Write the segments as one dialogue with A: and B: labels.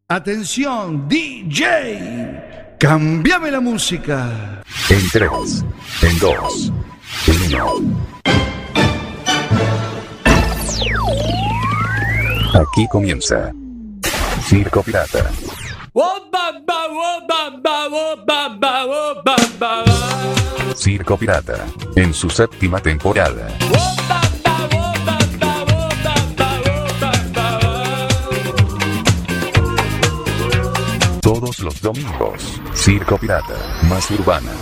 A: Atención, DJ, cámbiame la música.
B: En 3, en 2, en 1. Aquí comienza Circo Pirata. Circo Pirata, en su séptima temporada. Todos los domingos, Circo Pirata, más urbana.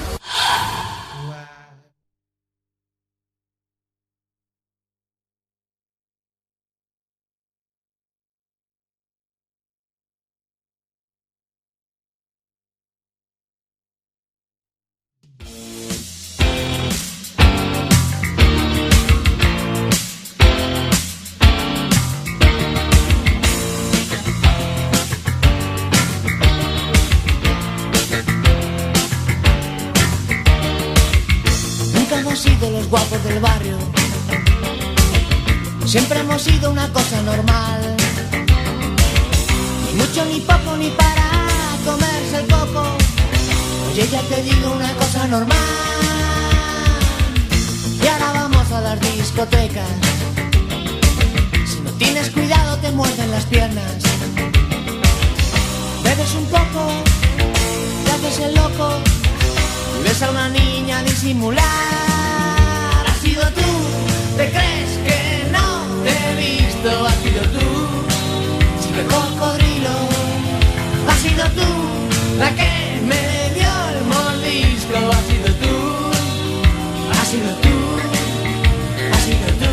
C: Guapos del barrio, siempre hemos sido una cosa normal, ni mucho ni poco ni para comerse el coco. Oye, ya te digo una cosa normal, y ahora vamos a las discotecas. Si no tienes cuidado te muerden las piernas. Bebes un poco, te haces el loco y ves a una niña disimular. Has sido tú, ¿te crees que no te he visto? Has sido tú, chico cocodrilo. Has sido tú, la que me dio el mordisco. Has sido tú, has sido tú, has sido tú.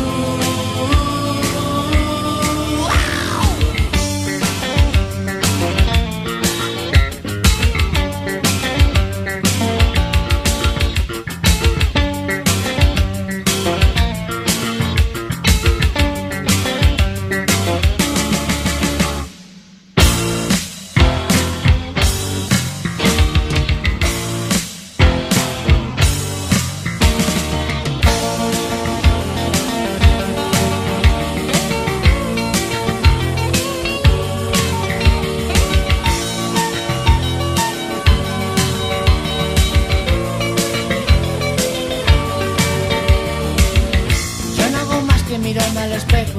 C: Mirarme al espejo,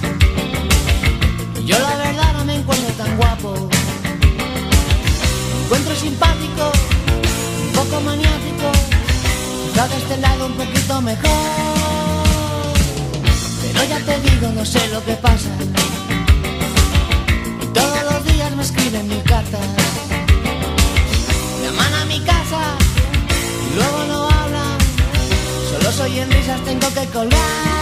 C: yo la verdad no me encuentro tan guapo. Me encuentro simpático, un poco maniático, quizá de este lado un poquito mejor. Pero ya te digo, no sé lo que pasa, y todos los días me escriben mil cartas. Llaman a mi casa y luego no hablan, solo soy en risas, tengo que colgar.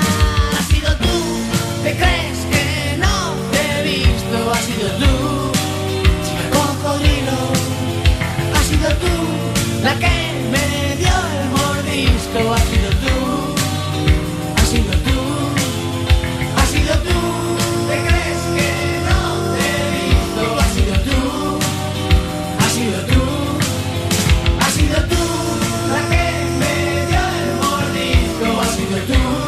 C: ¿Te crees que no te he visto? Has sido tú, chica cocodrilo. Has sido tú, la que me dio el mordisco. Has sido tú, has sido tú, has sido tú. ¿Te crees que no te he visto? Has sido tú, has sido tú, has sido tú, la que me dio el mordisco. Has sido tú.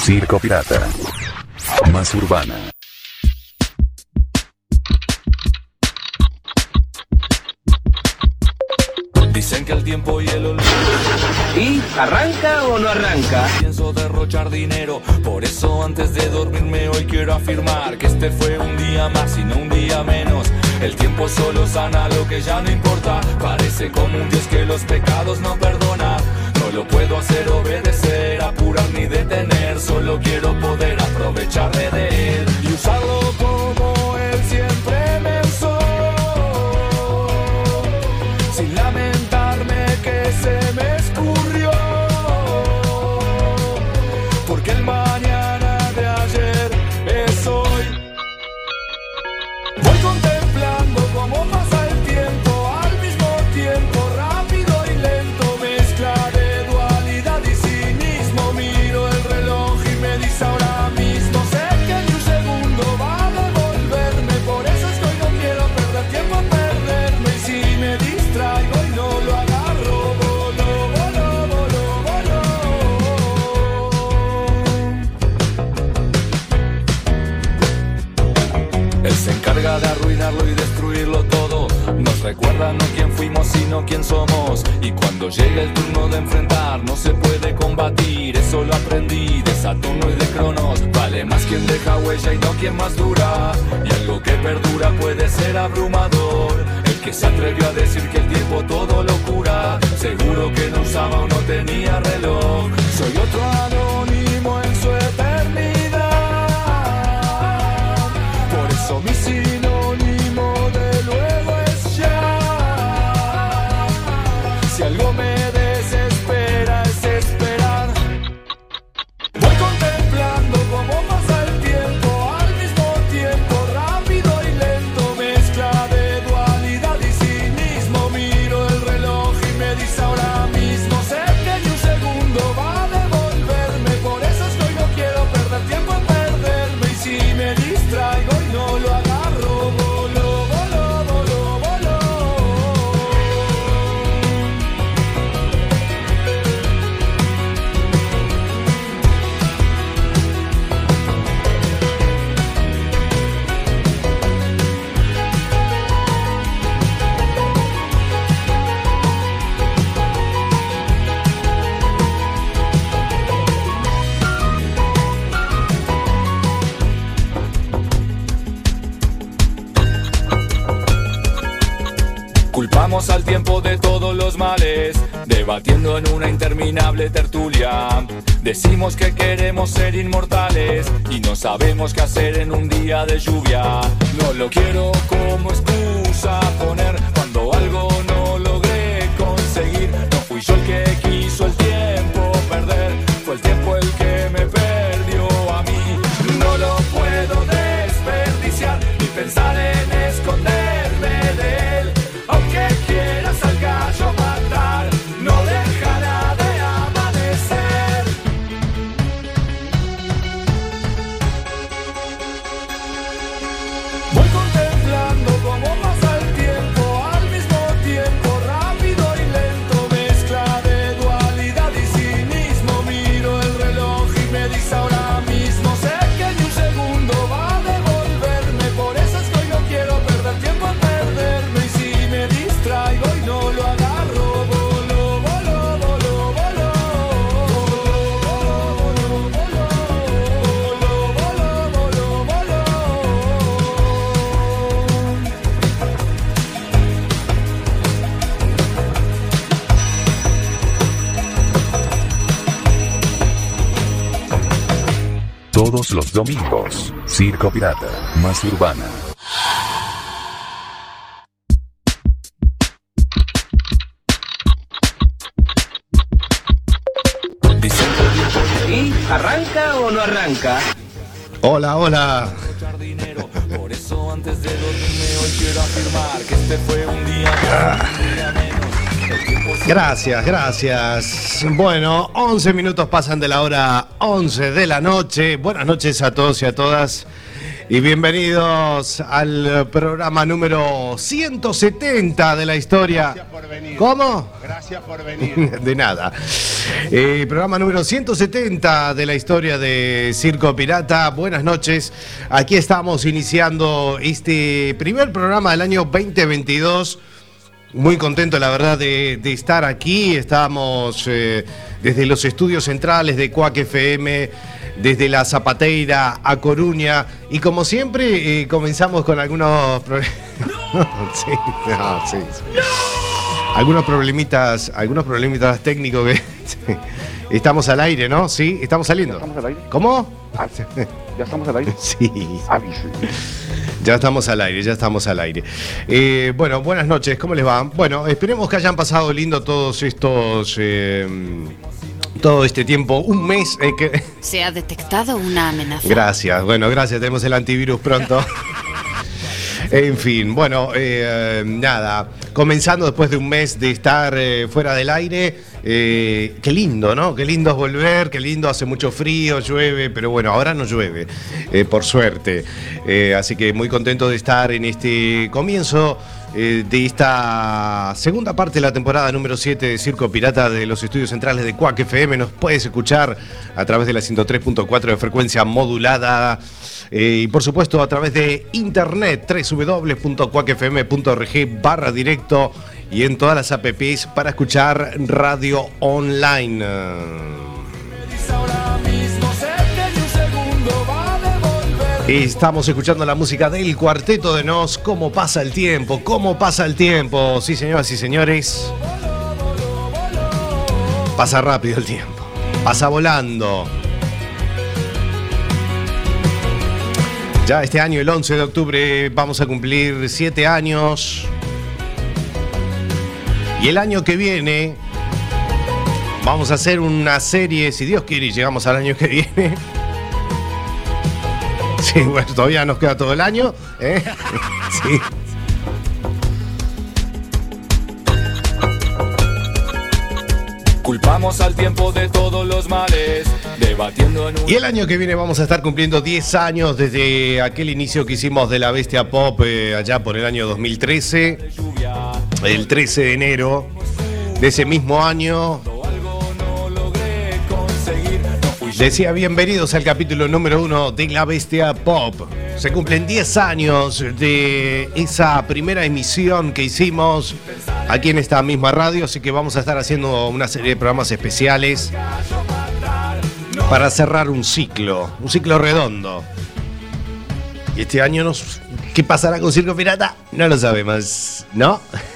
B: Circo Pirata. Más urbana.
D: Dicen que el tiempo y el olvido.
E: ¿Y arranca o no arranca?
D: Pienso derrochar dinero, por eso antes de dormirme hoy quiero afirmar que este fue un día más y no un día menos. El tiempo solo sana lo que ya no importa. Parece como un Dios que los pecados no perdona. No lo puedo hacer obedecer, apurar ni detener. Solo quiero poder aprovecharme de él y usarlo como él siempre me usó, sin lamentarme que se me escurrió, porque el mañana de ayer es hoy. Voy contemplando cómo pasa el tiempo, al mismo tiempo rápido y lento, mezcla de dualidad y cinismo. Miro el reloj y me dice ahora mismo, sé que ni un segundo va a devolverme, por eso es que hoy no quiero perder tiempo a perderme, y si me distraigo y no lo agarro, volo, volo, volo, volo. Él se encarga de arruinarlo y destruirlo todo. Nos recuerda no quién fuimos sino quién somos. Y cuando llega el turno de enfrentar no se puede combatir. Eso lo aprendí de Saturno y de Cronos. Vale más quien deja huella y no quien más dura. Y algo que perdura puede ser abrumador. El que se atrevió a decir que el tiempo todo lo cura, seguro que no usaba o no tenía reloj. Soy otro anónimo en su eternidad. Por eso mi sinónimo de luego es ya. Si algo me desespera es esperar. Voy contemplando cómo pasa el tiempo, al mismo tiempo rápido y lento, mezcla de dualidad y cinismo. Miro el reloj y me dice ahora mismo, sé que ni un segundo va a devolverme, por eso es que hoy no quiero perder tiempo en perderme, y si me distraigo y no lo agarro, volo, volo, volo, volo. Culpamos al tiempo de todos los males, debatiendo en una interminable tertulia. Decimos que queremos ser inmortales y no sabemos qué hacer en un día de lluvia. No lo quiero como excusa poner cuando algo no logré conseguir. No fui yo el que quiso el tiempo perder, fue el tiempo el que me perdió a mí. No lo puedo desperdiciar ni pensar en esconderme de él. Aunque quieras al gallo matar, no dejará de amanecer. Voy contemplando cómo pasa el tiempo, al mismo tiempo rápido y lento, mezcla de dualidad y cinismo. Miro el reloj y me dice ahora mismo, sé que ni un segundo va a devolverme, por eso es que hoy no quiero perder tiempo en perderme, y si me distraigo y no lo agarro, volo, volo, volo, volo. Volo, volo, volo, volo, volo,
B: Todos los domingos. Circo Pirata. Más urbana.
E: ¿Y arranca o no arranca?
A: Hola, hola.
D: Por eso antes de dormirme hoy quiero afirmar que este fue un día menos. El tiempo
F: Gracias, gracias. Bueno, 11 minutos pasan de la hora 11 de la noche. Buenas noches a todos y a todas. Y bienvenidos al programa número 170 de la historia.
A: Gracias por venir.
F: ¿Cómo?
A: Gracias por venir.
F: De nada. Programa número 170 de la historia de Circo Pirata. Buenas noches. Aquí estamos iniciando este primer programa del año 2022. Muy contento, la verdad, de estar aquí. Estamos desde los estudios centrales de Cuac FM, desde la Zapateira a Coruña. Y como siempre, comenzamos con algunos problemas. Sí. Algunos problemitas técnicos que... Sí. Estamos al aire, ¿no? Sí, estamos saliendo.
G: ¿Ya estamos al aire?
F: ¿Cómo?
G: ¿Ya estamos al aire?
F: Sí.
G: Avise.
F: Ya estamos al aire. Bueno, buenas noches, ¿cómo les va? Bueno, esperemos que hayan pasado lindo todos estos... todo este tiempo, un mes que...
H: Se ha detectado una amenaza.
F: Gracias, tenemos el antivirus pronto. En fin, bueno, nada, comenzando después de un mes de estar fuera del aire, qué lindo, ¿no? Qué lindo es volver, qué lindo, hace mucho frío, llueve, pero bueno, ahora no llueve, por suerte. Así que muy contento de estar en este comienzo de esta segunda parte de la temporada número 7 de Circo Pirata de los estudios centrales de Cuac FM. Nos puedes escuchar a través de la 103.4 de frecuencia modulada y por supuesto a través de internet www.cuacfm.org/directo y en todas las apps para escuchar radio online. Estamos escuchando la música del Cuarteto de Nos. ¿Cómo pasa el tiempo? Sí, señoras y señores. Pasa rápido el tiempo. Pasa volando. Ya este año, el 11 de octubre, vamos a cumplir 7 años. Y el año que viene vamos a hacer una serie, si Dios quiere, y llegamos al año que viene. Sí, bueno, todavía nos queda todo el año, ¿eh? Sí.
D: Culpamos al tiempo de todos los males, debatiendo en un...
F: Y el año que viene vamos a estar cumpliendo 10 años desde aquel inicio que hicimos de la Bestia Pop allá por el año 2013. El 13 de enero de ese mismo año. Decía, bienvenidos al capítulo número 1 de La Bestia Pop. Se cumplen 10 años de esa primera emisión que hicimos aquí en esta misma radio, así que vamos a estar haciendo una serie de programas especiales para cerrar un ciclo redondo. Y este año ¿qué pasará con Circo Pirata? No lo sabemos, ¿no?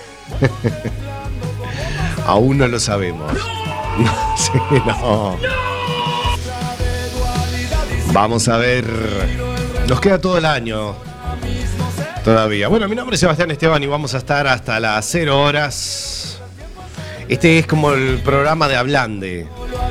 F: Aún no lo sabemos. Sí, no. Vamos a ver. Nos queda todo el año todavía. Bueno, mi nombre es Sebastián Esteban y vamos a estar hasta las 0 horas. Este es como el programa de Ablande.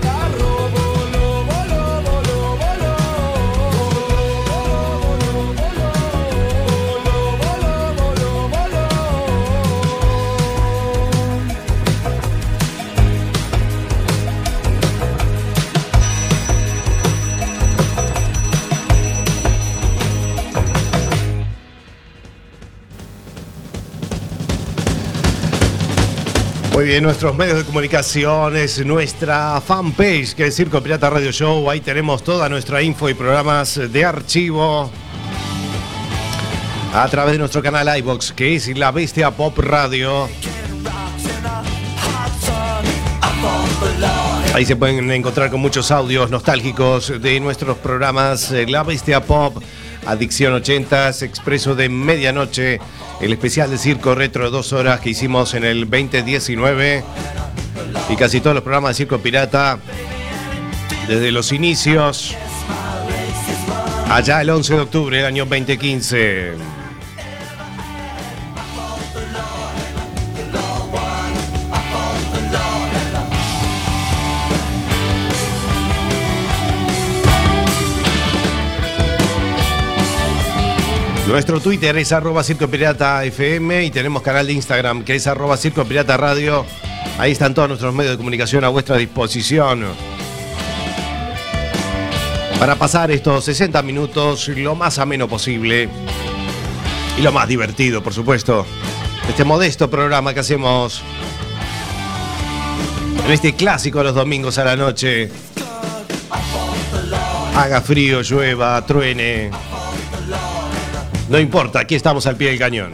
F: Muy bien, nuestros medios de comunicación, es nuestra fanpage que es Circo Pirata Radio Show. Ahí tenemos toda nuestra info y programas de archivo a través de nuestro canal iVox, que es La Bestia Pop Radio. Ahí se pueden encontrar con muchos audios nostálgicos de nuestros programas La Bestia Pop, Adicción 80s, Expreso de Medianoche, el especial de Circo Retro de 2 horas que hicimos en el 2019 y casi todos los programas de Circo Pirata desde los inicios allá el 11 de octubre del año 2015. Nuestro Twitter es @CircoPirataFM y tenemos canal de Instagram que es @CircoPirataRadio. Ahí están todos nuestros medios de comunicación a vuestra disposición. para pasar estos 60 minutos lo más ameno posible y lo más divertido, por supuesto, este modesto programa que hacemos en este clásico de los domingos a la noche. Haga frío, llueva, truene, no importa, aquí estamos al pie del cañón.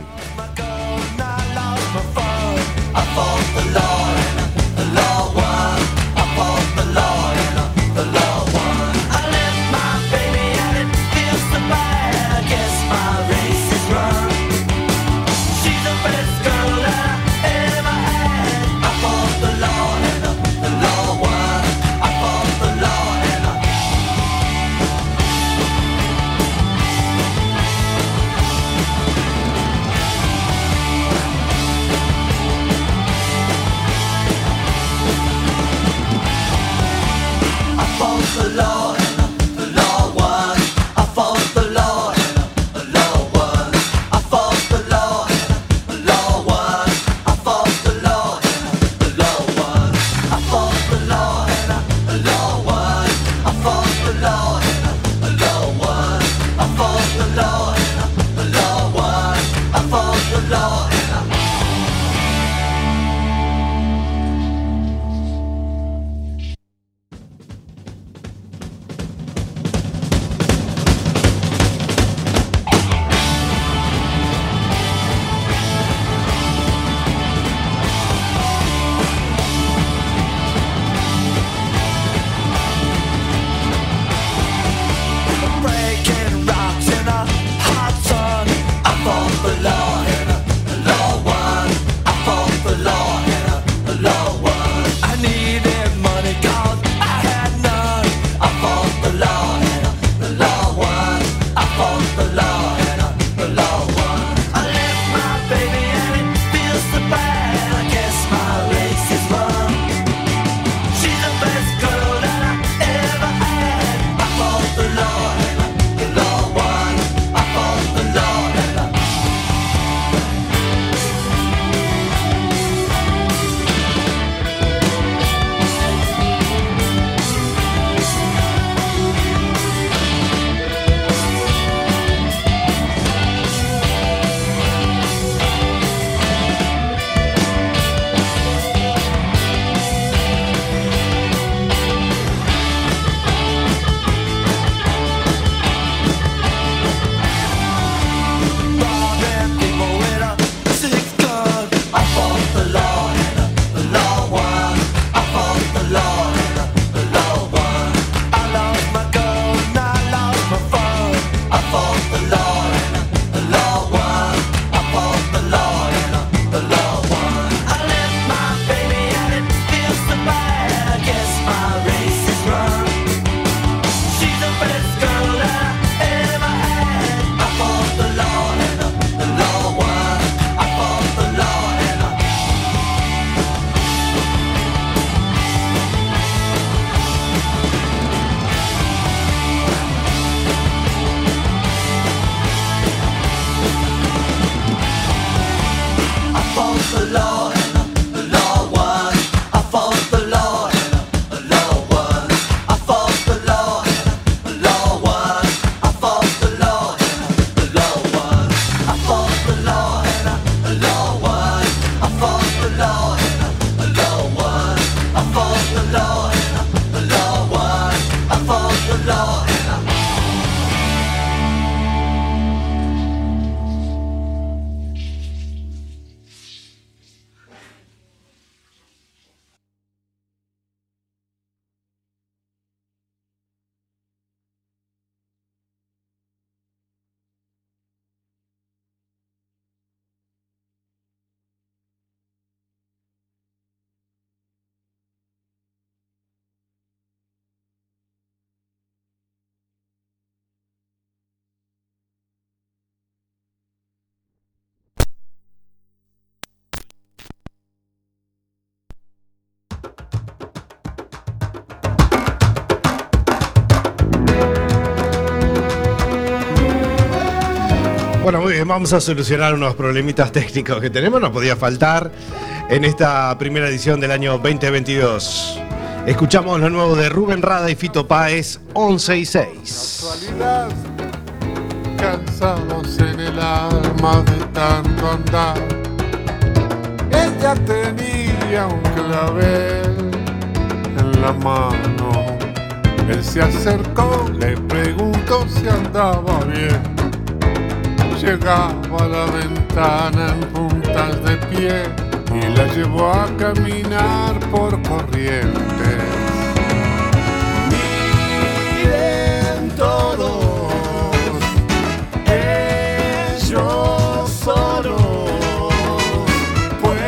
F: Bueno, muy bien, vamos a solucionar unos problemitas técnicos que tenemos, no podía faltar en esta primera edición del año 2022. Escuchamos lo nuevo de Rubén Rada y Fito Páez, 11 y 6.
I: Casualidad, cansados en el alma de tanto andar. Ella tenía un clavel en la mano. Él se acercó, le preguntó si andaba bien. Llegaba a la ventana en puntas de pie y la llevó a caminar por Corrientes. Miren todos, ellos solos pueden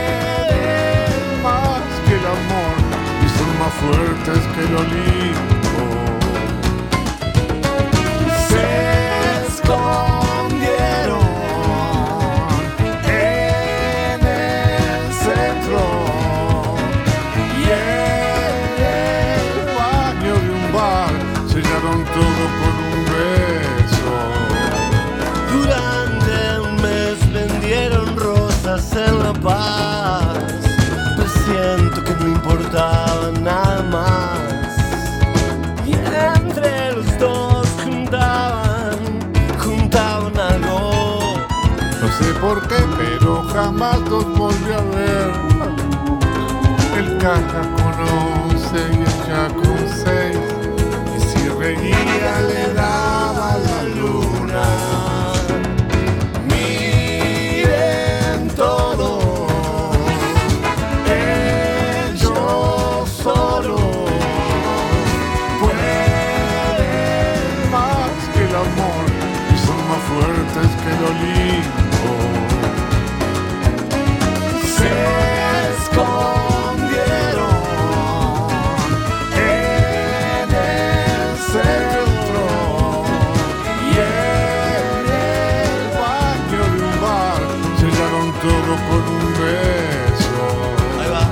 I: más que el amor y son más fuertes que el Olimpo. Se escondieron en el centro y en el baño de un bar sellaron todo con un beso.
C: Durante un mes vendieron rosas en La Paz. Presiento que no importaba nada más. Y entre los dos juntaban algo.
I: No sé por qué, pero jamás los volví a ver. El caja con 11 y ella con 6. Y si reía le daba la luna. Miren todos, ellos solos pueden más que el amor y son más fuertes que el Olimpo. Se escondieron en el centro y en el baño de un bar sellaron todo con un beso.
C: Ahí va.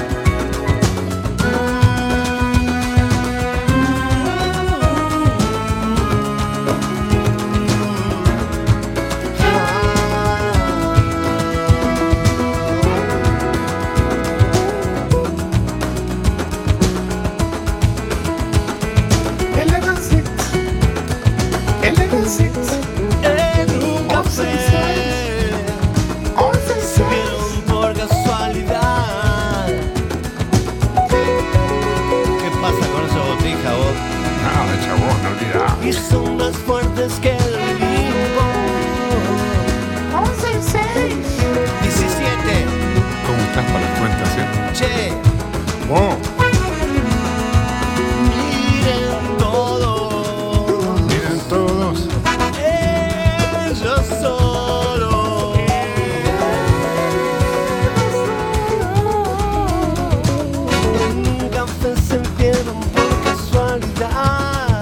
C: En un café se vieron por casualidad. ¿Qué pasa con esa botija, vos?
I: Nada, chabón, no olvidá.
C: Y son más fuertes que el limbo. 11 y 6. 17.
I: ¿Cómo estás para las cuentas,
C: Che,
I: Oh,
C: miren todo.
I: miren todos.
C: Ellos solo. En un café se vieron por casualidad.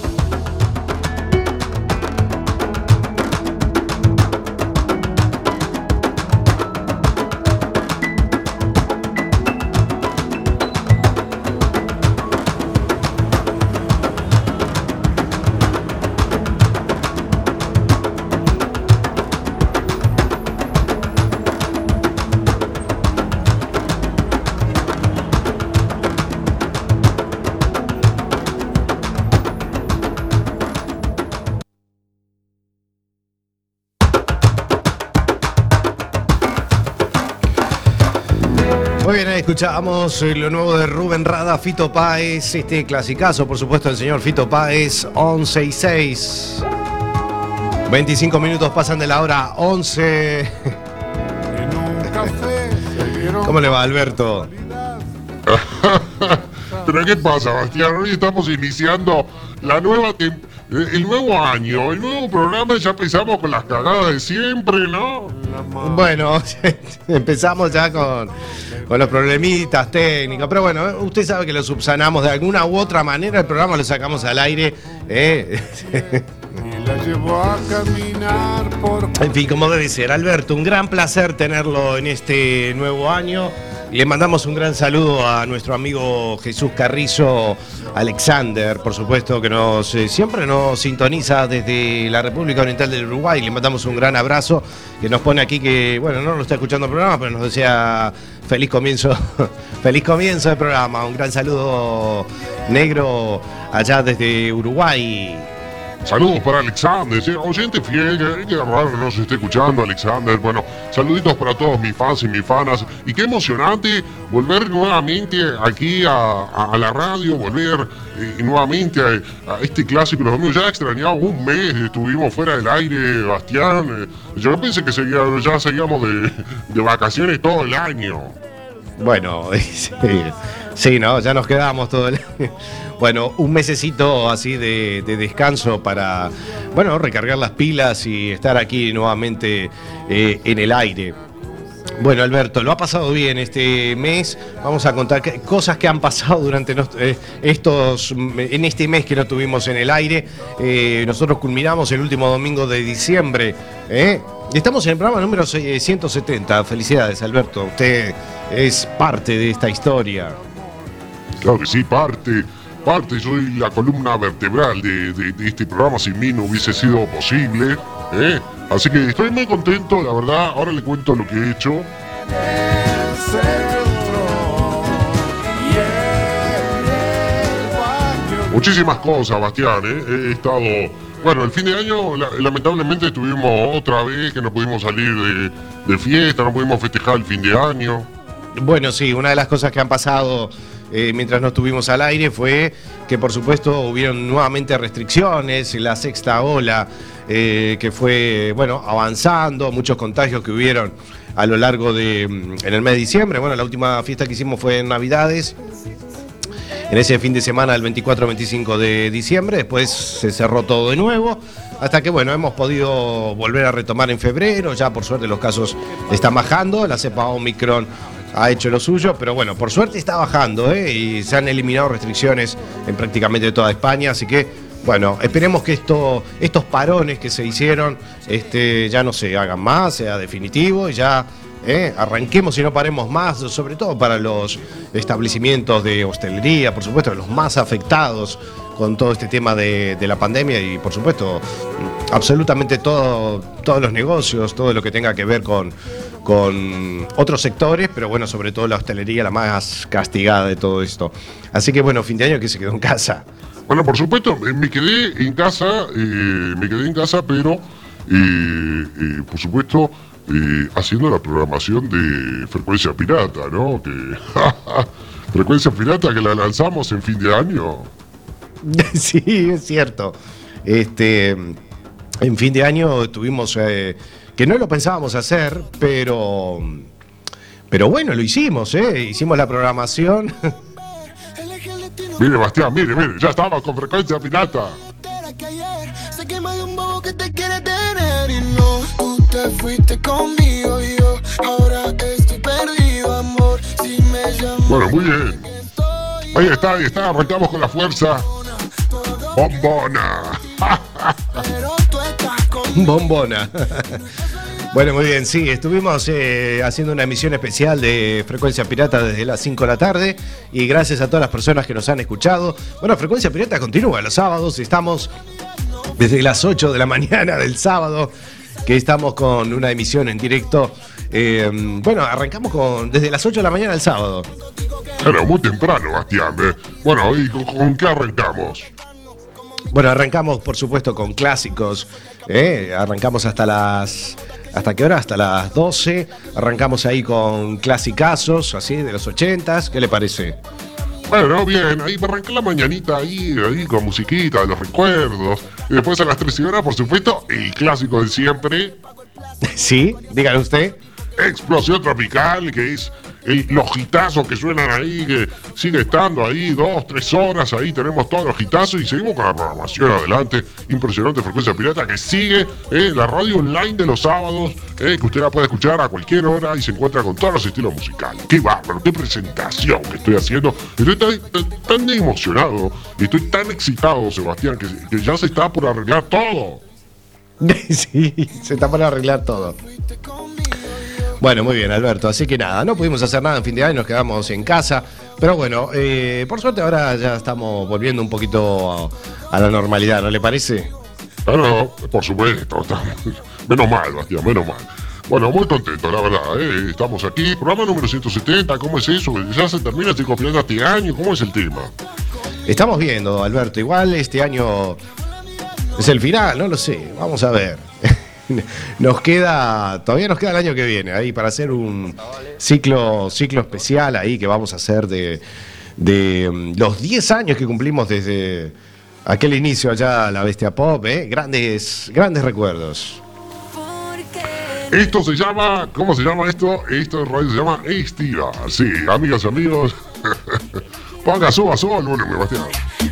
F: Muy bien, ahí escuchábamos lo nuevo de Rubén Rada, Fito Páez, este clasicazo, por supuesto, del señor Fito Páez, 11 y 6. 25 minutos pasan de la hora 11.
I: En un café se vieron.
F: ¿Cómo le va, Alberto?
J: Pero ¿qué pasa, Bastián? Hoy estamos iniciando la nueva el nuevo año, el nuevo programa. Ya empezamos con las cagadas de siempre, ¿no?
F: Bueno, empezamos ya con los problemitas técnicos, pero bueno, usted sabe que lo subsanamos de alguna u otra manera, el programa lo sacamos al aire.
I: Y la llevó a caminar por.
F: En fin, como debe ser, Alberto, un gran placer tenerlo en este nuevo año. Le mandamos un gran saludo a nuestro amigo Jesús Carrizo Alexander, por supuesto, que siempre nos sintoniza desde la República Oriental del Uruguay. Le mandamos un gran abrazo, que nos pone aquí que, bueno, no lo está escuchando el programa, pero nos desea feliz comienzo del programa. Un gran saludo, negro, allá desde Uruguay.
J: Saludos para Alexander, ¿sí? Oyente fiel, que raro que no se esté escuchando, Alexander. Bueno, saluditos para todos mis fans y mis fanas. Y qué emocionante volver nuevamente aquí a la radio, volver nuevamente a este clásico los domingos. Ya extrañaba un mes, estuvimos fuera del aire, Bastián. Yo pensé que ya seguíamos de vacaciones todo el año.
F: Bueno, sí, no, ya nos quedamos todo el año. Bueno, un mesecito así de descanso para, bueno, recargar las pilas y estar aquí nuevamente en el aire. Bueno, Alberto, lo ha pasado bien este mes. Vamos a contar cosas que han pasado durante en este mes que no tuvimos en el aire. Nosotros culminamos el último domingo de diciembre. Estamos en el programa número 170. Felicidades, Alberto. Usted es parte de esta historia.
J: Claro que sí, parte, soy la columna vertebral de este programa. Sin mí no hubiese sido posible, Así que estoy muy contento, la verdad. Ahora le cuento lo que he hecho. Muchísimas cosas, Bastián, He estado... Bueno, el fin de año, lamentablemente, tuvimos otra vez que no pudimos salir de fiesta, no pudimos festejar el fin de año.
F: Bueno, sí, una de las cosas que han pasado mientras no estuvimos al aire fue que, por supuesto, hubieron nuevamente restricciones, la sexta ola que fue, bueno, avanzando, muchos contagios que hubieron a lo largo en el mes de diciembre. Bueno, la última fiesta que hicimos fue en Navidades, en ese fin de semana del 24-25 de diciembre. Después se cerró todo de nuevo, hasta que, bueno, hemos podido volver a retomar en febrero. Ya, por suerte, los casos están bajando, la cepa Omicron ha hecho lo suyo, pero bueno, por suerte está bajando, y se han eliminado restricciones en prácticamente toda España, así que, bueno, esperemos que estos parones que se hicieron ya no se hagan más, sea definitivo, y ya arranquemos y no paremos más, sobre todo para los establecimientos de hostelería, por supuesto, los más afectados con todo este tema de la pandemia, y por supuesto absolutamente todos los negocios, todo lo que tenga que ver con otros sectores, pero bueno, sobre todo la hostelería, la más castigada de todo esto. Así que bueno, fin de año que se quedó en casa.
J: Bueno, por supuesto, me quedé en casa, pero por supuesto haciendo la programación de Frecuencia Pirata, ¿no? Frecuencia Pirata que la lanzamos en fin de año.
F: Sí, es cierto. En fin de año tuvimos que no lo pensábamos hacer, pero bueno, lo hicimos, hicimos la programación.
J: Mire, Bastián, mire, ya estamos con Frecuencia Pirata. Bueno, muy bien. Ahí está, arrancamos con la fuerza. Bombona.
F: Bombona. Bueno, muy bien, sí, estuvimos haciendo una emisión especial de Frecuencia Pirata desde las 5 de la tarde, y gracias a todas las personas que nos han escuchado. Bueno, Frecuencia Pirata continúa los sábados, estamos desde las 8 de la mañana del sábado, que estamos con una emisión en directo. Bueno, arrancamos desde las 8 de la mañana del sábado.
J: Era muy temprano, Bastián. Bueno, ¿y con qué arrancamos?
F: Bueno, arrancamos, por supuesto, con clásicos. Arrancamos ¿hasta qué hora? Hasta las 12. Arrancamos ahí con clasicazos, así, de los 80s. ¿Qué le parece?
J: Bueno, bien, ahí me arranqué la mañanita ahí con musiquita de los recuerdos. Y después a las 13 horas, por supuesto, el clásico de siempre.
F: Sí, dígale usted.
J: Explosión Tropical, que es los hitazos que suenan ahí, que sigue estando ahí 2-3 horas, ahí tenemos todos los hitazos y seguimos con la programación adelante. Impresionante Frecuencia Pirata que sigue la radio online de los sábados, que usted la puede escuchar a cualquier hora y se encuentra con todos los estilos musicales. ¡Qué bárbaro! ¡Qué presentación que estoy haciendo! Estoy tan emocionado y estoy tan excitado, Sebastián, que ya se está por arreglar todo.
F: Sí, se está por arreglar todo. Bueno, muy bien, Alberto. Así que nada, no pudimos hacer nada en fin de año, nos quedamos en casa. Pero bueno, por suerte ahora ya estamos volviendo un poquito a la normalidad, ¿no le parece?
J: Claro, por supuesto. Menos mal, Bastián, menos mal. Bueno, muy contento, la verdad. Estamos aquí, programa número 170. ¿Cómo es eso? ¿Ya se termina Circo Pirata este año? ¿Cómo es el tema?
F: Estamos viendo, Alberto. Igual este año es el final, no lo sé. Vamos a ver. Todavía nos queda el año que viene ahí para hacer un ciclo especial ahí que vamos a hacer de los 10 años que cumplimos desde aquel inicio allá La Bestia Pop, grandes recuerdos.
J: Esto se llama, ¿cómo se llama esto? Esto en radio se llama Estira. Sí, amigas y amigos. Ponga, suba el volumen, Bastián.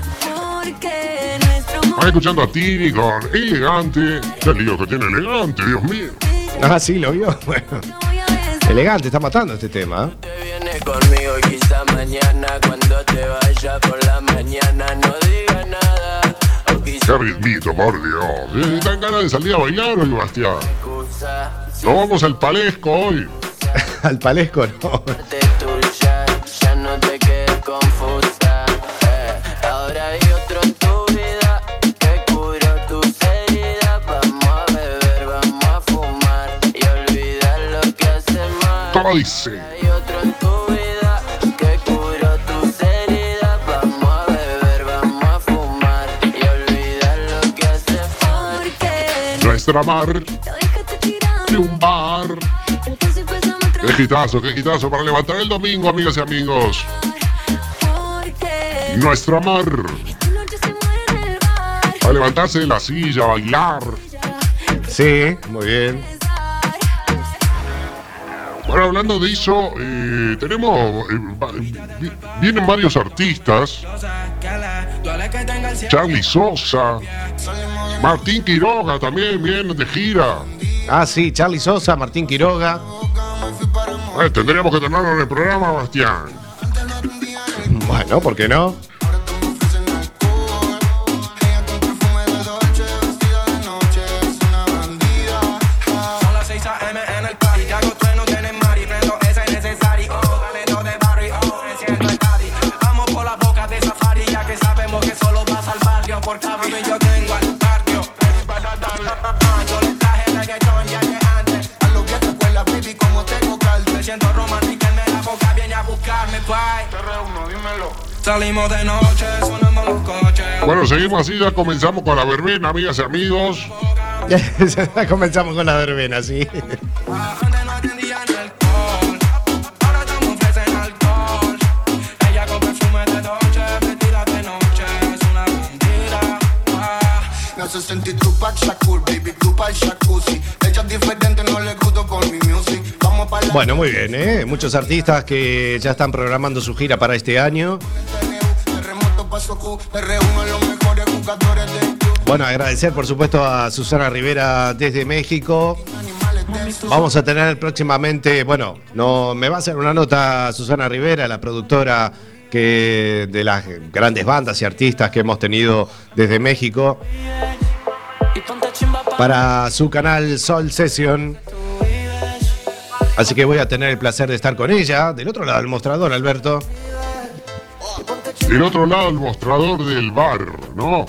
J: Van escuchando a Tini con Elegante. Qué lío que tiene Elegante, Dios mío.
F: Ah, sí, lo vio. Bueno. Elegante, está matando este tema.
C: Viene conmigo y quizá mañana cuando te vaya por la mañana no diga nada.
J: Qué ritmito, por Dios. ¿Están ganas de salir a bailar hoy, Bastián? No vamos al Palesco hoy.
F: Al Palesco no.
C: Ya no te quedes confusa. Ahora hay otro en tu vida que curó tus heridas. Vamos a beber, vamos a fumar y olvidar lo que hace mal.
J: ¿Cómo dice?
C: Hay otro en tu vida que curó tus heridas. Vamos a beber, vamos a fumar y olvidar lo que hace mal.
J: Nuestra mar de un bar. Qué hitazo para levantar el domingo, amigas y amigos. Nuestra mar. Para levantarse de la silla, bailar.
F: Sí, muy bien.
J: Bueno, hablando de eso, tenemos. Vienen varios artistas. Charly Sosa. Martín Quiroga también vienen de gira.
F: Ah, sí, Charly Sosa, Martín Quiroga.
J: Tendríamos que tenerlo en el programa, Bastián.
F: Bueno, ¿por qué no?
C: Salimos de noche, sonando los coches.
J: Bueno, seguimos así, ya comenzamos con la verbena, amigas y amigos.
F: Ya comenzamos con la verbena, sí.
C: Antes no atendían alcohol, ahora estamos ofrecen alcohol. Ella con perfume de noche, vestida de noche, es una bandida.
K: Me hace sentir tu pack Shakur, baby, tu pack jacuzzi. Ella es diferente, no le gusto con mi music. Vamos para la...
F: Bueno, muy bien, muchos artistas que ya están programando su gira para este año. Bueno, agradecer por supuesto a Susana Rivera desde México. Vamos a tener próximamente, bueno, no me va a hacer una nota Susana Rivera, la productora de las grandes bandas y artistas que hemos tenido desde México, para su canal Soul Session. Así que voy a tener el placer de estar con ella, del otro lado del mostrador, Alberto.
J: Del otro lado, el mostrador del bar, ¿no?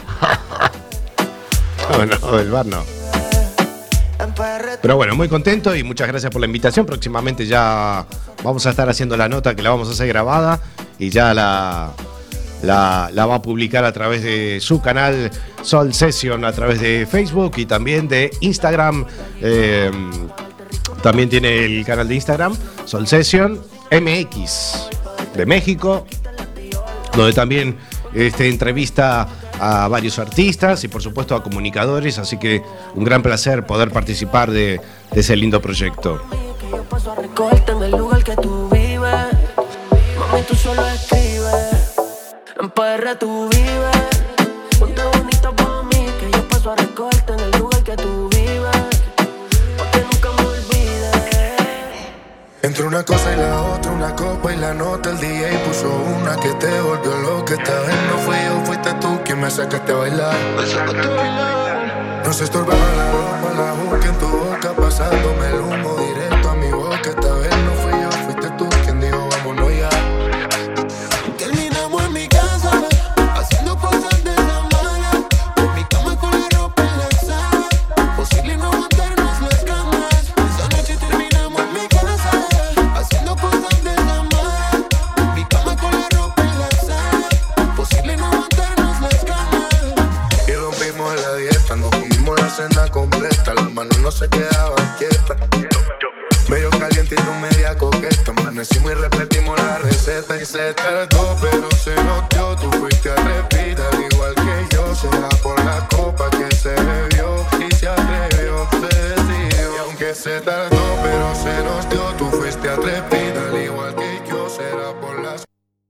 F: No, del bar no. Pero bueno, muy contento y muchas gracias por la invitación. Próximamente ya vamos a estar haciendo la nota, que la vamos a hacer grabada y ya la va a publicar a través de su canal Soul Session, a través de Facebook y también de Instagram. También tiene el canal de Instagram Soul Session MX de México, donde también entrevista a varios artistas y por supuesto a comunicadores, así que un gran placer poder participar de ese lindo proyecto.
C: Yo paso a recogerte en el lugar que tú vives. Mami, tú solo escribes. En PR tú vives. Ponte bonita para mí, que yo paso a recogerte en el lugar que tú vives. Porque nunca me olvides.
K: Entre una cosa y la otra, una copa y la nota, el DJ puso una que te volvió loca. Esta vez no fui yo, fuiste tú quien me sacaste a bailar. No se estorbaba la ropa, la boca en tu boca, pasándome el humo directo a mi boca. se quedaba quieta. Medio caliente y tú media coqueta. Amanecimos y repetimos la receta. Y se tardó, pero se nos dio. Tú fuiste atrevida, al igual que yo. Será por la copa que se bebió. Y se atrevió, se decidió. Y aunque se tardó, pero se nos dio. Tú fuiste atrevida, al igual que yo. Será por las...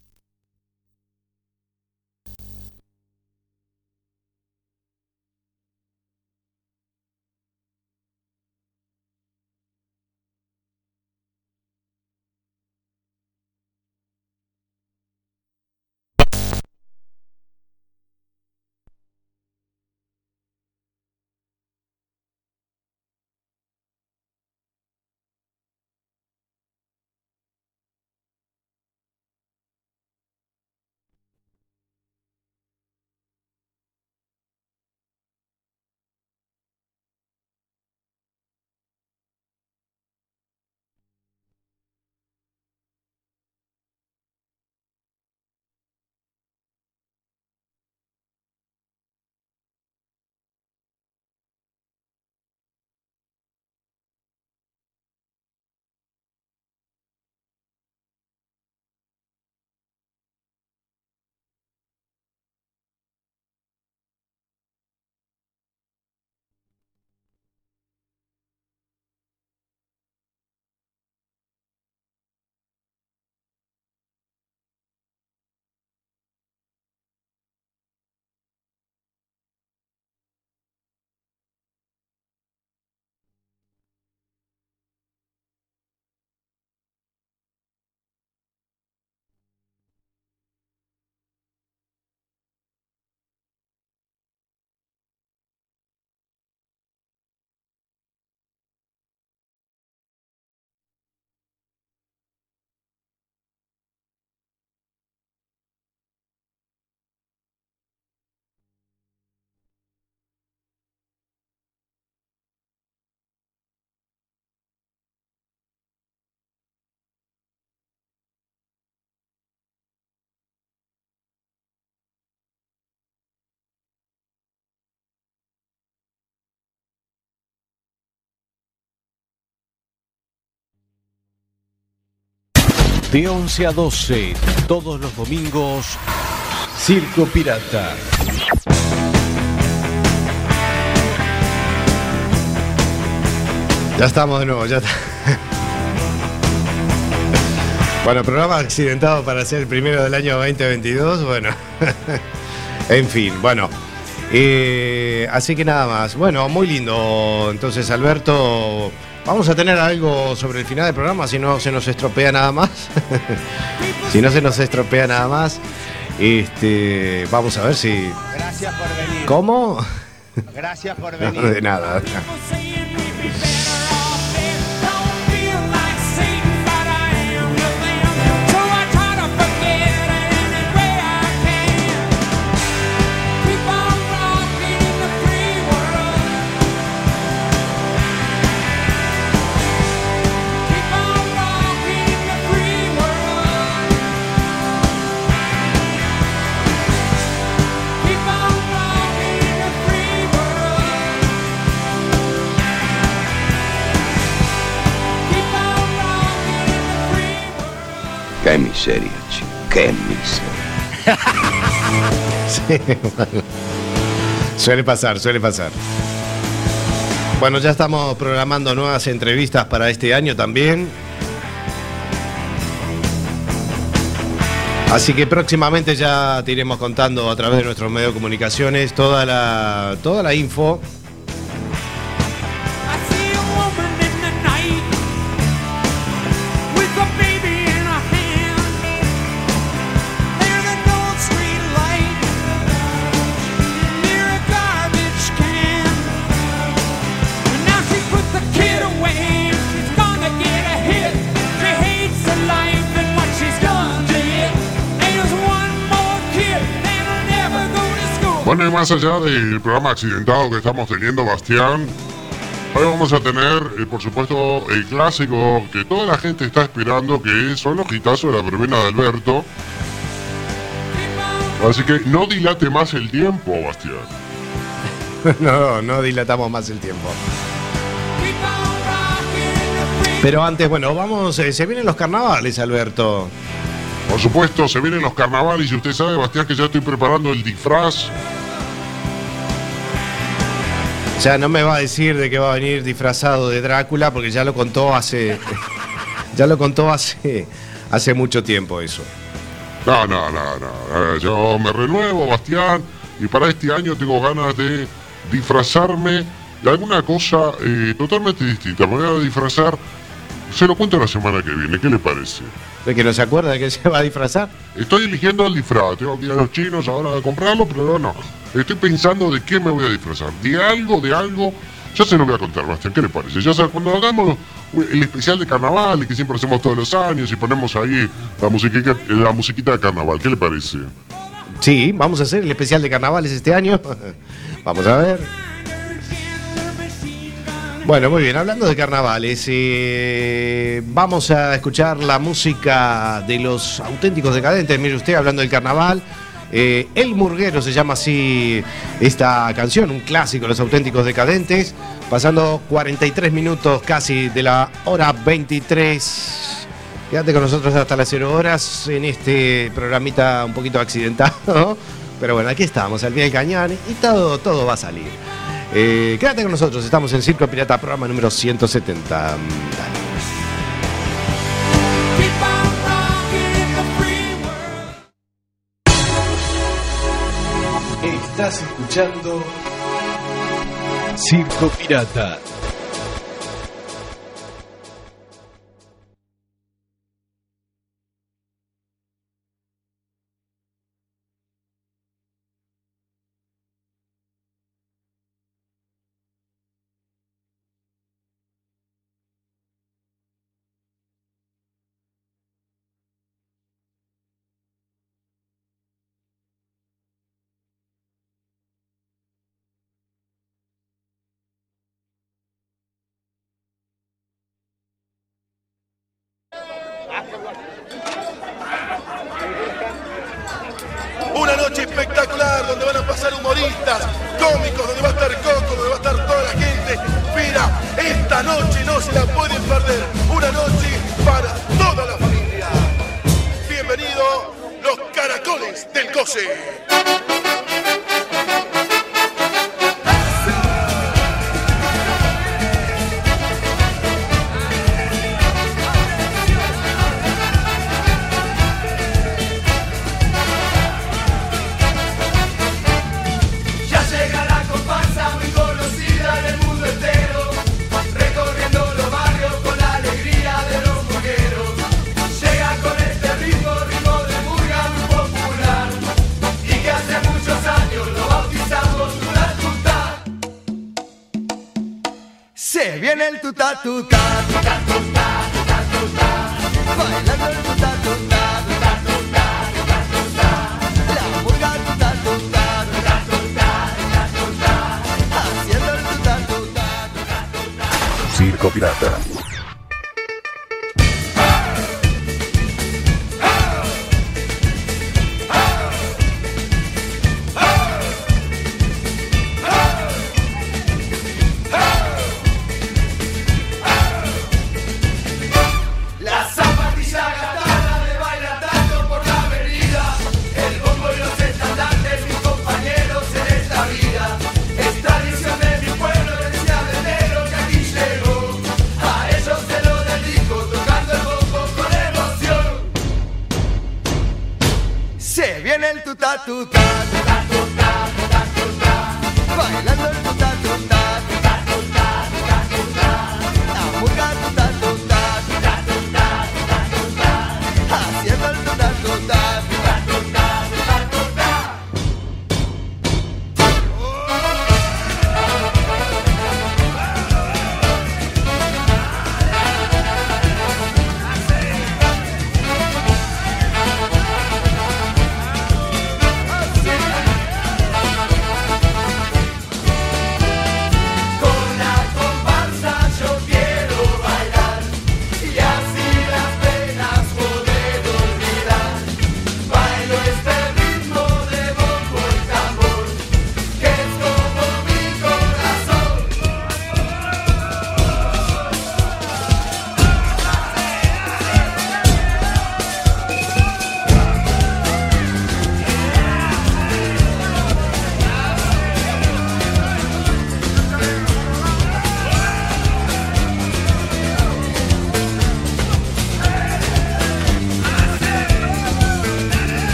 F: De 11 a 12, todos los domingos, Circo Pirata. Ya estamos de nuevo, ya está. Bueno, programa accidentado para ser el primero del año 2022, bueno. En fin, bueno. Así que nada más. Bueno, muy lindo. Entonces, Alberto, vamos a tener algo sobre el final del programa, si no se nos estropea nada más. Si no se nos estropea nada más. Vamos a ver si...
L: Gracias por venir.
F: ¿Cómo?
L: Gracias por venir.
F: No, de nada.
M: Qué miseria, chico, qué miseria.
F: Sí, bueno. Suele pasar. Bueno, ya estamos programando nuevas entrevistas para este año también. Así que próximamente ya te iremos contando a través de nuestros medios de comunicaciones toda la info.
J: Bueno, y más allá del programa accidentado que estamos teniendo, Bastián, hoy vamos a tener, por supuesto, el clásico que toda la gente está esperando, que son los hitazos de la verbena de Alberto. Así que no dilate más el tiempo, Bastián.
F: No dilatamos más el tiempo. Pero antes, bueno, vamos, se vienen los carnavales, Alberto.
J: Por supuesto, se vienen los carnavales y usted sabe, Bastián, que ya estoy preparando el disfraz.
F: Ya no me va a decir de que va a venir disfrazado de Drácula, porque ya lo contó hace hace mucho tiempo eso.
J: No. Yo me renuevo, Bastián, y para este año tengo ganas de disfrazarme de alguna cosa totalmente distinta. Me voy a disfrazar, se lo cuento la semana que viene, ¿qué le parece?
F: ¿De que no se acuerda de que se va a disfrazar?
J: Estoy eligiendo el disfraz, tengo que ir a los chinos ahora a comprarlo, pero no. Estoy pensando de qué me voy a disfrazar, de algo, ya se lo voy a contar, Bastián, ¿qué le parece? Ya sabes, cuando hagamos el especial de carnaval, que siempre hacemos todos los años, y ponemos ahí la musiquita de carnaval, ¿qué le parece?
F: Sí, vamos a hacer el especial de carnavales este año. Vamos a ver. Bueno, muy bien, hablando de carnavales, vamos a escuchar la música de los Auténticos Decadentes. Mire usted, hablando del carnaval, El Murguero se llama así esta canción, un clásico de los Auténticos Decadentes, pasando 43 minutos casi de la hora 23. Quédate con nosotros hasta las 0 horas en este programita un poquito accidentado, pero bueno, aquí estamos, al pie del cañón y todo va a salir. Quédate con nosotros, estamos en Circo Pirata, programa número 170. Dale.
N: Estás escuchando Circo Pirata.
O: Una noche espectacular donde van a pasar humoristas, cómicos, donde va a estar Coco, donde va a estar toda la gente. Mira, esta noche no se la pueden perder. Una noche para toda la familia. Bienvenido, los Caracoles del Coce.
C: Se viene el tutá, tutá, tutá, tutá, tutá, tutá, bailando el tutá, tutá, tutá, tutá, tutá, tutá, la murga tutá, tutá, tutá, tutá, tutá, tutá, haciendo el tutá, tutá, tutá, tutá.
B: Circo Pirata.
C: Se viene el tutá, tutá, tutá, tutá, tutá, tutá, bailando el tutá, tutá, tutá, tutá, tutá, tutá, la murga tutá, tutá, tutá, tutá, tutá, tutá, haciendo el tutá, tutá, tutá, tutá, tutá, tutá. Con la comparsa yo quiero bailar.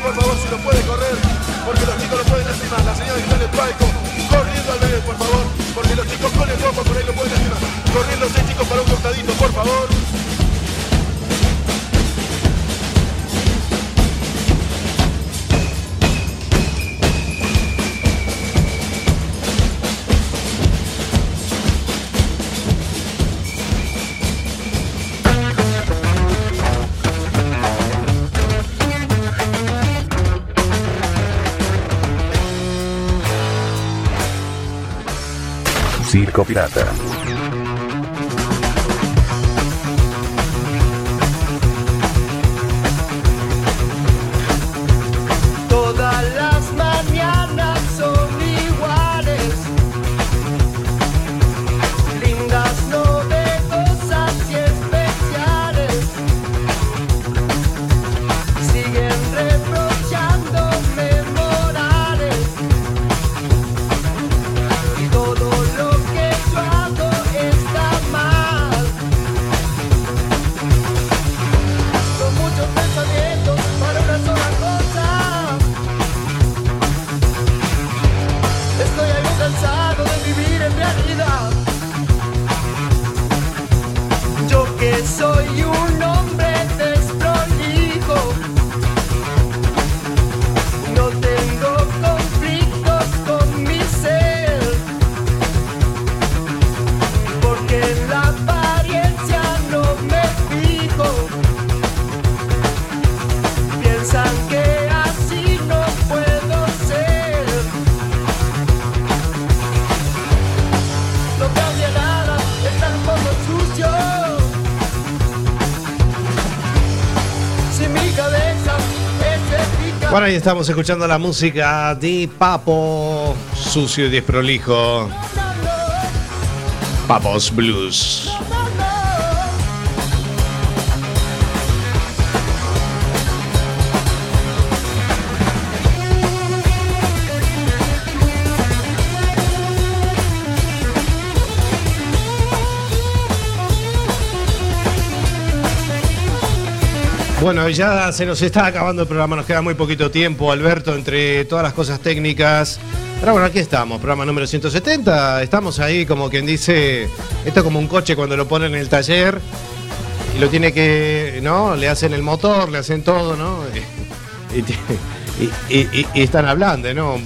O: por favor, si lo puede correr, porque los chicos lo pueden lastimar. La señora que está en el palco, corriendo al bebé, por favor, porque los chicos con el bombo por ahí lo pueden lastimar. Corriendo 6 chicos para un costadito, por favor.
B: Circo Pirata.
C: Todas las mañanas son iguales, lindas, novedosas y especiales. Siguen reprochándome morales y todo lo que yo hago está mal. Son muchos pensamientos para una sola cosa. Estoy algo cansado de vivir en realidad. Yo que soy un hombre desprolijo, no tengo conflictos con mi ser, porque en la apariencia no me fijo. Piensan que así no puedo ser. No cambia nada, está un poco sucio. Si mi cabeza es eficaz.
F: Bueno, ahí estamos escuchando la música de Papo, sucio y desprolijo. Papos Blues. Bueno, ya se nos está acabando el programa, nos queda muy poquito tiempo, Alberto, entre todas las cosas técnicas. Pero bueno, aquí estamos, programa número 170, estamos ahí como quien dice, esto es como un coche cuando lo ponen en el taller y lo tiene que, ¿no? Le hacen el motor, le hacen todo, ¿no? Y están hablando, ¿no?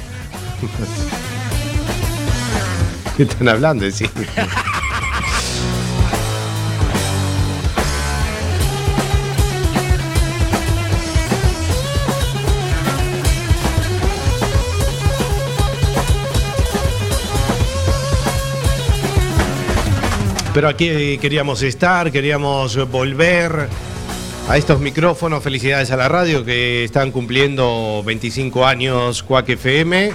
F: Están hablando, sí. Pero aquí queríamos estar, queríamos volver a estos micrófonos. Felicidades a la radio que están cumpliendo 25 años Quack FM.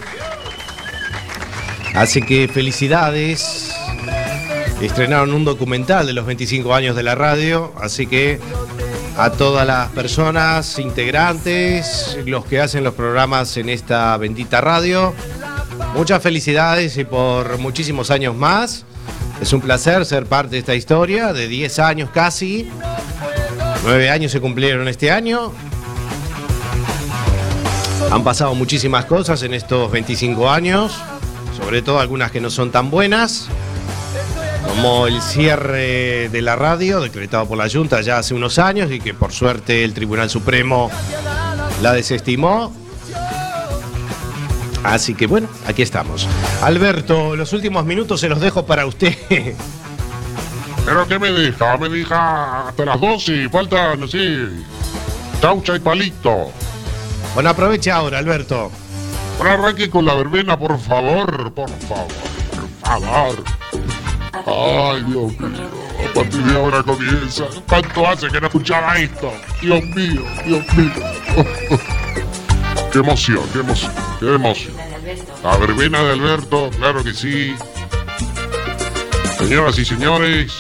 F: Así que felicidades. Estrenaron un documental de los 25 años de la radio. Así que a todas las personas integrantes, los que hacen los programas en esta bendita radio, muchas felicidades y por muchísimos años más. Es un placer ser parte de esta historia, de 10 años casi. 9 años se cumplieron este año. Han pasado muchísimas cosas en estos 25 años, sobre todo algunas que no son tan buenas, como el cierre de la radio, decretado por la Junta ya hace unos años y que por suerte el Tribunal Supremo la desestimó. Así que bueno, aquí estamos. Alberto, los últimos minutos se los dejo para usted.
J: ¿Pero qué me deja? Me deja hasta las 12, falta, no sé, chaucha y palito.
F: Bueno, aproveche ahora, Alberto.
J: Bueno, arranque con la verbena, por favor, por favor, por favor. Ay, Dios mío, a partir de ahora comienza. ¿Cuánto hace que no escuchaba esto? Dios mío, Dios mío. Qué emoción, qué emoción, qué emoción. La verbena de Alberto, claro que sí. Señoras y señores.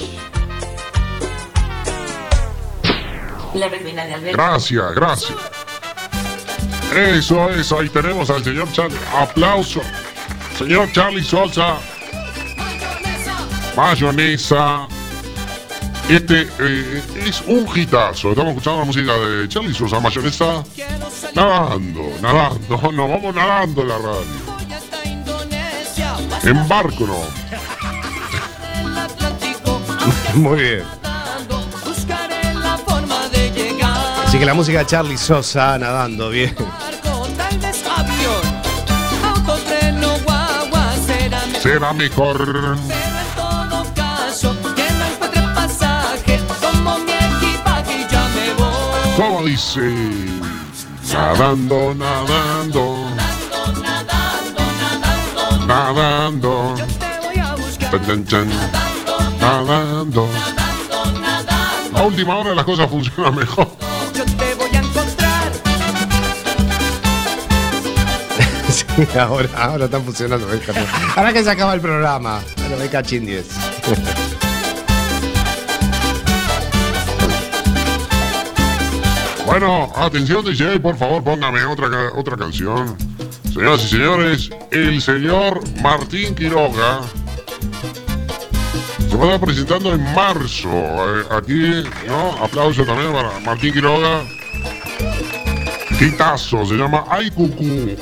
P: La verbena de Alberto.
J: Gracias, gracias. Eso, ahí tenemos al señor Charlie. Aplauso. Señor Charlie Sosa. Mayonesa. Este es un hitazo. Estamos escuchando la música de Charlie Sosa, Mayonesa. Nadando. Nos vamos nadando en la radio. En barco, no.
F: Muy bien. Así que la música de Charlie Sosa, nadando, bien.
J: Será mejor. ¿Cómo dice? Nadando. Nadando. A última hora las cosas funcionan mejor.
C: Yo te voy a encontrar.
F: Sí, ahora están funcionando. Ahora que se acaba el programa. Bueno, me cachín 10.
J: Bueno, atención DJ, por favor, póngame otra canción. Señoras y señores, el señor Martín Quiroga se va a estar presentando en marzo. Aquí, ¿no? Aplauso también para Martín Quiroga. Quitazo, se llama Ay Cucú.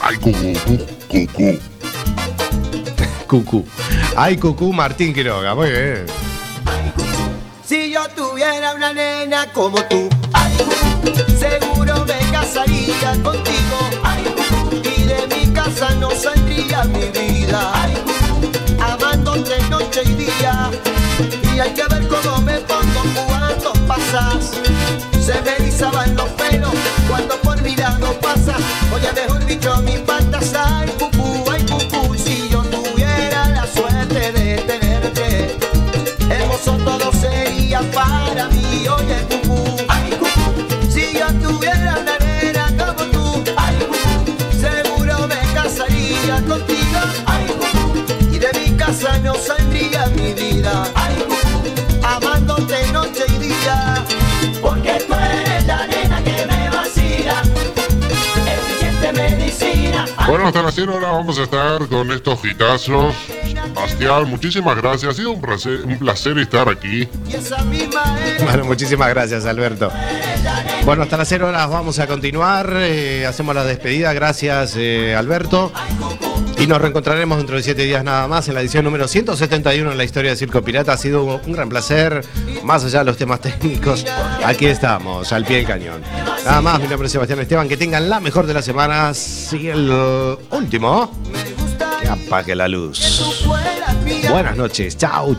F: Cucú. Ay Cucú, Martín Quiroga, muy bien.
C: Si yo tuviera una nena como tú, ay, seguro me casaría contigo, ay, y de mi casa no saldría mi vida, ay, amándote noche y día. Y hay que ver cómo me pongo cuando pasas. Se me erizaban los pelos cuando por mi lado pasas. Oye, mejor dicho, mis patas, ay, cucú, si yo tuviera la suerte de tenerte, hermoso todo sería para mí. Oye, cucú, ay, cucú, si yo tuviera una nena como tú, ay, cucú, seguro me casaría contigo, ay, cucú, y de mi casa no saldría mi vida, ay, cucú, amándote noche y día, porque tú eres la nena que me vacila, eficiente medicina.
J: Bueno, hasta las 100 horas vamos a estar con estos hitazos. Bastián, muchísimas gracias. Ha sido un placer estar aquí.
F: Bueno, muchísimas gracias, Alberto. Bueno, hasta las 0 horas vamos a continuar. Hacemos la despedida. Gracias, Alberto. Y nos reencontraremos dentro de 7 días nada más en la edición número 171 en la historia de Circo Pirata. Ha sido un gran placer. Más allá de los temas técnicos, aquí estamos, al pie del cañón. Nada más, mi nombre es Sebastián Esteban. Que tengan la mejor de las semanas. Y el último, que apague la luz. Buenas noches. Chau.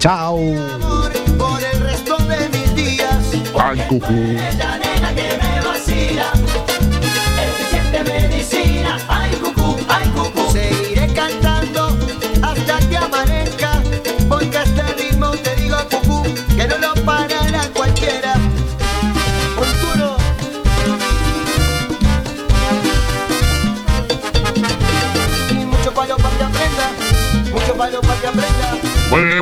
C: Por el resto de mis días.
J: Ay, cucú.
C: La nena que me vacila.